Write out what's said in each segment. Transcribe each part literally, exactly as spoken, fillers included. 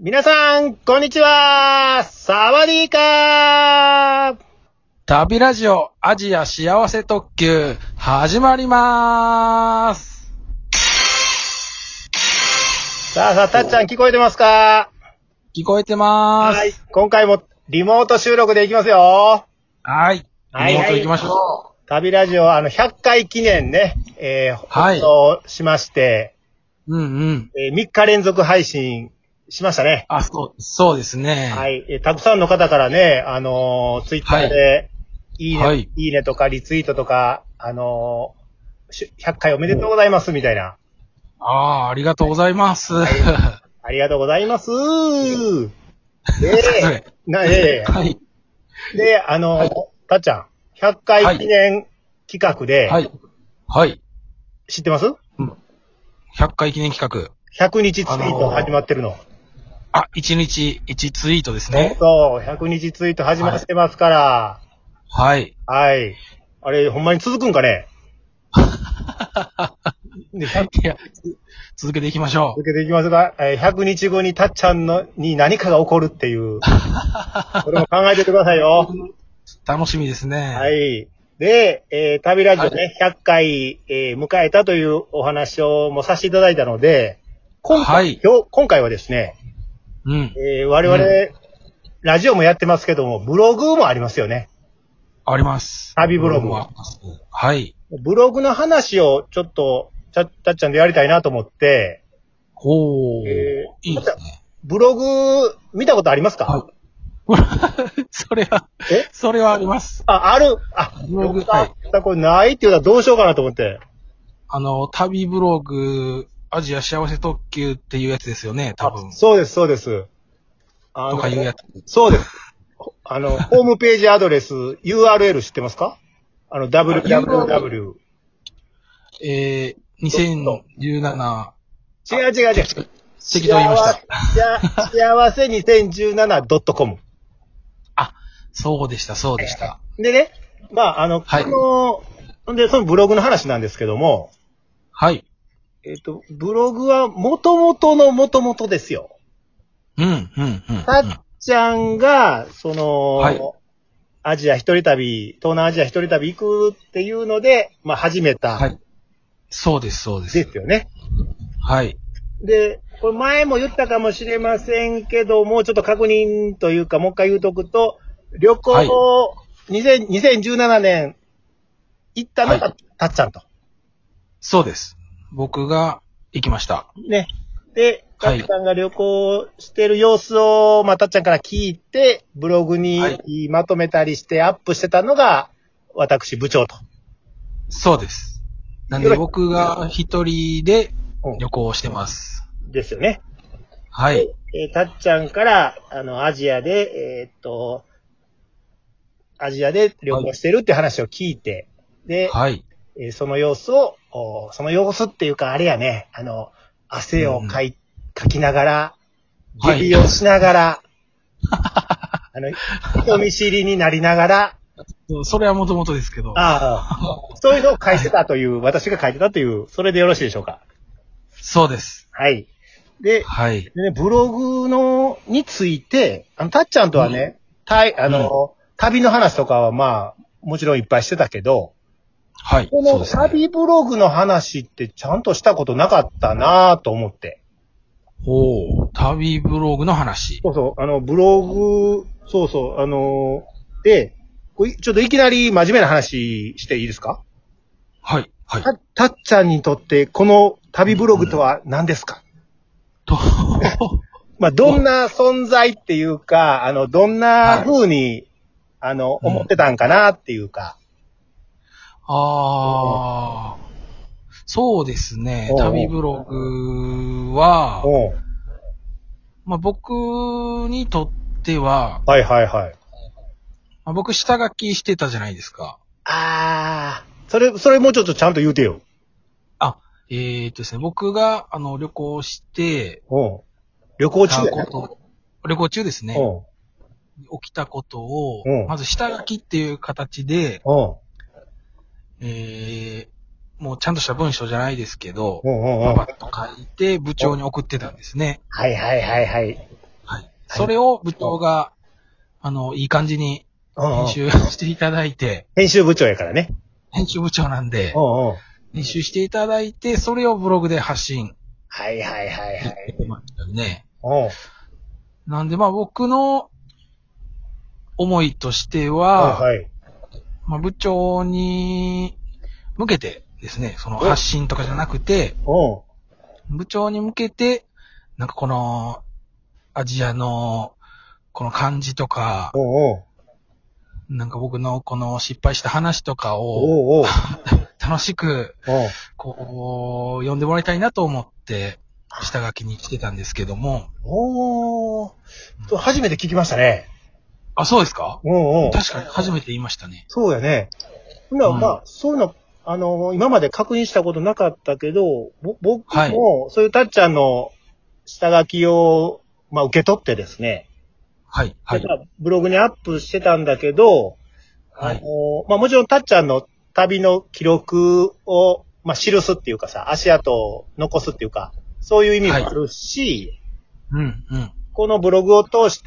皆さん、こんにちは。サワディーカー。 旅ラジオアジア幸せ特急始まりまーす。 さあさあ、たっちゃん聞こえてますか？ 聞こえてまーす。 はい。今回もリモート収録でいきますよ。 はい。リモート行きましょう。旅ラジオ、あの、ひゃっかい記念ね、えー、 はい放送しまして、 うんうん。 えー、みっか連続配信しましたね。 あ、そう、そうですね。 はい。えー、たくさんの方からね、あのー、ツイッターで、いいね、 はいいいねとかリツイートとか、あのー、ひゃっかいおめでとうございますみたいな。 ああ、ありがとうございます。 はい、ありがとうございます。で、な、えー、 はい。 で、あのーはい、たっちゃん、ひゃっかい記念企画で、 はい。はい。 知ってます？ うん。ひゃっかい記念企画。 ひゃくにちツイート始まってるの。 あ、いちにちいちツイートですね。 そう、ひゃくにちツイート始まってますから。 はい。 はい。あれ、ほんまに続くんかね？ いや、続けていきましょう。 続けていきますが、ひゃくにちごにたっちゃんのに何かが起こるっていう。それも考えておいてくださいよ。 楽しみですね。 はい。で、えー、旅ラジオね、はい、ひゃっかい、えー、迎えたというお話をもさせていただいたので、今回、はい、今日今回はですね、 うん。 えー、我々、うん、ラジオもやってますけども、ブログもありますよね。 あります。 旅ブログ。 はい。 ブログの話をちょっと、たっちゃんでやりたいなと思って、 ほー。えー、いいですね。 ブログ見たことありますか？はい。 それは、えそれはあります。 あ、ある。あ、ブログ、はい。これないっていうのはどうしようかなと思って。 あの、旅ブログ、アジア幸せ特急っていうやつですよね、多分。 そうです、そうです。 あのとかいうやつ。 そうです。あの、ホームページアドレス、ユーアールエル 知ってますか？あの、ダブリューダブリューダブリュー。 えー、にせんじゅうなな。 違う違う違う。 適当言いました。 幸せ にせんじゅうななドットコム。 あ、そうでした、そうでした。 でね、まあ、あの、はい、この、で、そのブログの話なんですけども、 はい。 えっと、ブログは元々の元々ですよ。 うん、うん、うん。 たっちゃんが、その、はい、アジア一人旅、東南アジア一人旅行くっていうので、まあ、始めた。 はい。そうです、そうです。 ですよね。 はい。 で、これ前も言ったかもしれませんけども、ちょっと確認というか、もう一回言うとくと、旅行を、はい、にせんじゅうななねん行ったのが、はい、たっちゃんと。 そうです。僕が行きました。 ね。で、たっちゃんが旅行してる様子を、まあ、たっちゃんから聞いて、ブログにまとめたりしてアップしてたのが、私、部長と。 そうです。なんで僕が一人で旅行してます。 うん、ですよね。 はい。 えー、たっちゃんから、あの、アジアで、えー、っと、アジアで旅行してるって話を聞いて、で、 はい。 えー、その様子を、その様子っていうか、あれやね、あの、汗をかい、うん、かきながら、下痢をしながら、はい、あの、人見知りになりながら、 それはもともとですけど。 ああ、そういうのを書いてたという、私が書いてたという、それでよろしいでしょうか？ そうです。 はい。で、 はい。 でね、ブログの、について、あの、たっちゃんとはね、うん、たい、あの、うん、旅の話とかはまあ、もちろんいっぱいしてたけど、 はい。 この旅ブログの話ってちゃんとしたことなかったなぁと思って。 ほう、旅ブログの話。 そうそう、あの、ブログ、そうそう、あのー、で、ちょっといきなり真面目な話していいですか？ はい、はい。 た、たっちゃんにとってこの旅ブログとは何ですか？ と、 まあ、どんな存在っていうか、あの、どんな風に、はい、あの、思ってたんかなっていうか。 ああ、そうですね。旅ブログは、まあ、僕にとっては、 はいはいはい。 まあ、僕下書きしてたじゃないですか。 ああ、それ、それもうちょっとちゃんと言うてよ。 あ、えーっとですね、僕が、あの、旅行して、 旅行中だね。 旅行中ですね。起きたことを、まず下書きっていう形で、えー、もうちゃんとした文章じゃないですけど、パパッと書いて部長に送ってたんですね。 はいはいはいはい。 それを部長が、あの、いい感じに編集していただいて。 編集部長やからね。 編集部長なんで、 うんうん、 編集していただいて、それをブログで発信。 はいはいはいはい。 ね。 うん。 なんでまあ僕の思いとしては、 はいはい。 まあ部長に向けてですね、その発信とかじゃなくて、 うん。 部長に向けて、なんかこの、アジアの、この感じとか、 おうおうなんか僕のこの失敗した話とかを、 おうおう楽しく、 おうこう、読んでもらいたいなと思って、下書きに来てたんですけども。 おー。初めて聞きましたね。 あ、そうですか？ うんうん。 確かに初めて言いましたね。 そうやね。ほな、 うんまあ、そういうの、あの、今まで確認したことなかったけど、ぼ僕はいも、そういうたっちゃんの下書きを、まあ、受け取ってですね。 はい、はいで。まあブログにアップしてたんだけど、 はいあの、まあ、もちろんたっちゃんの旅の記録を、まあ、記すっていうかさ、足跡を残すっていうか、そういう意味もあるし、 うん、うん。 このブログを通して、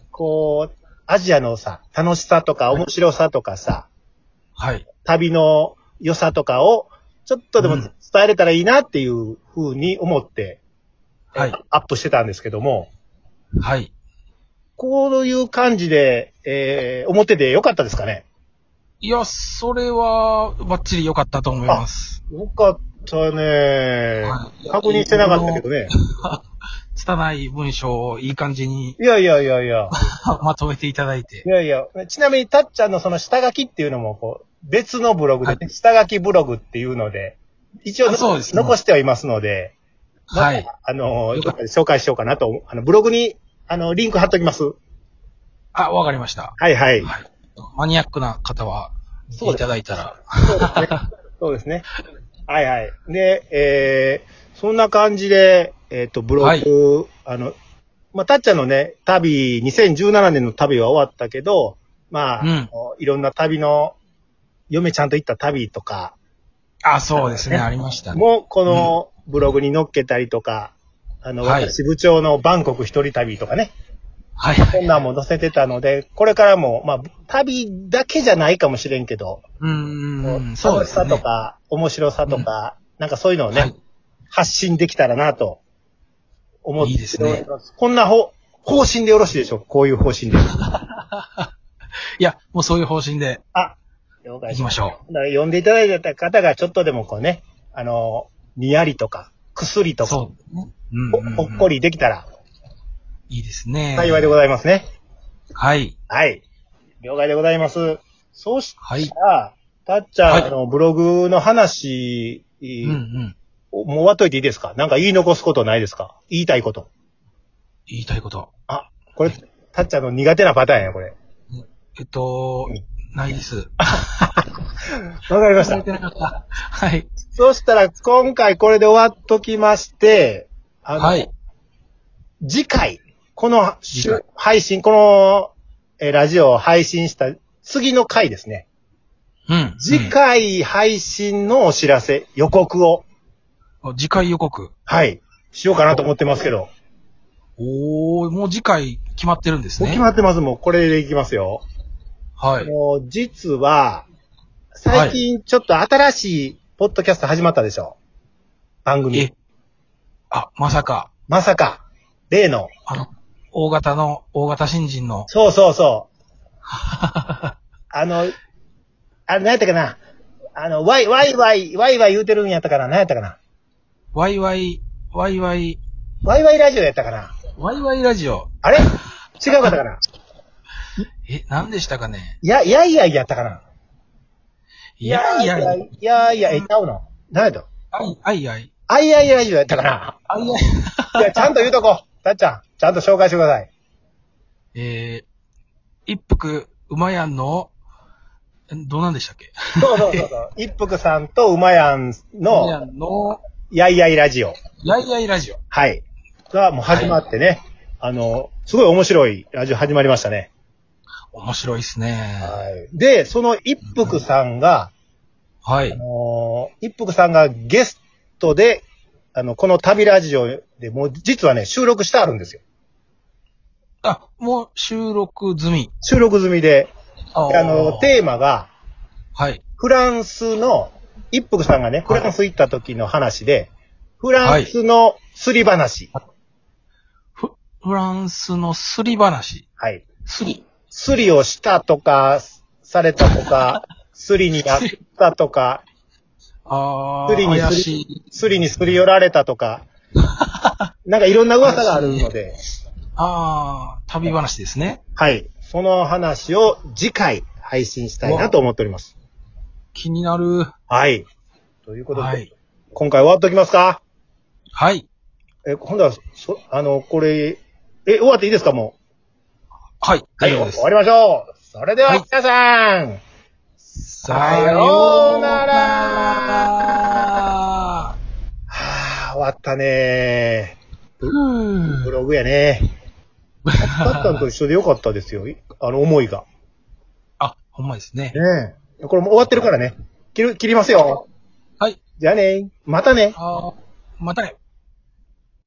こう、アジアのさ、楽しさとか面白さとかさ、 はい。 旅の良さとかを、ちょっとでも伝えれたらいいなっていうふうに思って、 はいえーアップしてたんですけども、 はい。 こういう感じで、えー、表で良かったですかね？ いや、それは、バッチリ良かったと思います。 良かったね、 はい、 確認してなかったけどね。 拙い文章をいい感じにいやいやいやいや。 まとめていただいて。 いやいや。ちなみに、たっちゃんのその下書きっていうのも、こう、別のブログで、ね、はい、下書きブログっていうので、一応、そうですね、残してはいますので、 はい。 あの、紹介しようかなと、あの、ブログに、あの、リンク貼っときます。 あ、わかりました。 はいはい。 はい、マニアックな方は、見ていただいたら。 そうですね。そうですね。はいはい。で、えー、そんな感じで、えっ、ー、と、ブログ、はい、あの、まあ、たっちゃんのね、旅、にせんじゅうななねんの旅は終わったけど、まあ、うん、いろんな旅の、嫁ちゃんと行った旅とか。 あ、そうですね、ねありましたね。 もう、このブログに載っけたりとか、あの、はい、私部長のバンコク一人旅とかね。 はい、はい。 そんなんも載せてたので、これからも、まあ、旅だけじゃないかもしれんけど、 うーん、 そうですね。楽しさとか、面白さとか、うん、なんかそういうのをね、はい、発信できたらなと思っております。いいですね。こんな方、方針でよろしいでしょうか？こういう方針で。 いや、もうそういう方針で。 あ、了解行きましょう。だから呼んでいただいた方がちょっとでもこうね、あの、にやりとか、薬とか、 そうね、 うんうんうん、ほっこりできたら、 いいですね。 幸いでございますね。 はい。 はい。了解でございます。そうしたら、はい、たっちゃん、はい、あの、ブログの話、うんうん、もう終わっといていいですか？なんか言い残すことないですか？言いたいこと。 言いたいこと。 あ、これ、たっちゃんの苦手なパターンや、これ。 えっと、うん、ないです。わかりました。 はい。 そしたら、今回これで終わっときまして、あの、はい、次回、この配信、この、えー、ラジオを配信した次の回ですね。 うん。 次回配信のお知らせ、予告を。 次回予告。 はい。しようかなと思ってますけど。 おー、もう次回決まってるんですね。 もう決まってます。もうこれでいきますよ。 はい。 もう実は、最近ちょっと新しいポッドキャスト始まったでしょ。番組。 え。あ、まさか。 まさか。例の。 あの、大型の、大型新人の。 そうそうそう。あの、あれ何やったかな。あの、ワイ、ワイワイ、ワイワイ言うてるんやったかな。何やったかな。 ワイワイ、ワイワイ。 ワイワイラジオやったかな。 ワイワイラジオ。 あれ違うかったかな。 え、何でしたかね。 いや、いやいやいやったかな。 いやいやいや。 いやいや、え、ちゃうの。何やったあい、あいあい。 あいあいラジオやったかな。 あいあい。 いや、ちゃんと言うとこ。たっちゃん、ちゃんと紹介してください。 えー、一服、うまやんの、どうなんでしたっけ？ そうそうそうそう。一服さんとうまやんの、 うまやんの、 やいやいラジオ。 やいやいラジオ。 はい。がもう始まってね、はい、あの、すごい面白いラジオ始まりましたね。 面白いっすね。 はい。で、その一服さんが、 うん、はい。 あのー、一服さんがゲストで、あの、この旅ラジオでもう実はね、収録してあるんですよ。 あ、もう収録済み。 収録済みで、 ああの、テーマが、 はい。 フランスの、一服さんがね、フランス行った時の話で、フランスのすり話。 フ、フランスのすり話。 はい。 すり。 すりをしたとか、されたとか、すりにあったとか、 ああ、 すりに怪すり、 しい。 すりにすり寄られたとか、なんかいろんな噂があるので、 ああ、旅話ですね。 はい。その話を次回配信したいなと思っております。 気になる。 はい。ということで、 はい。 今回終わっときますか？ はい。 え、今度は、そ、あの、これ、え、終わっていいですかもはい。 う？はい、 大丈夫です。 終わりましょう。それでは、 はい皆さん、 さようなら。 はぁ、終わったねふー。ブぅ。 ログやね。カッタンと一緒でよかったですよ。あの、思いが。 あ、ほんまですね。 ねえ。これもう終わってるからね。切る、切りますよ。 はい。 じゃあね。またね。 あーまたね。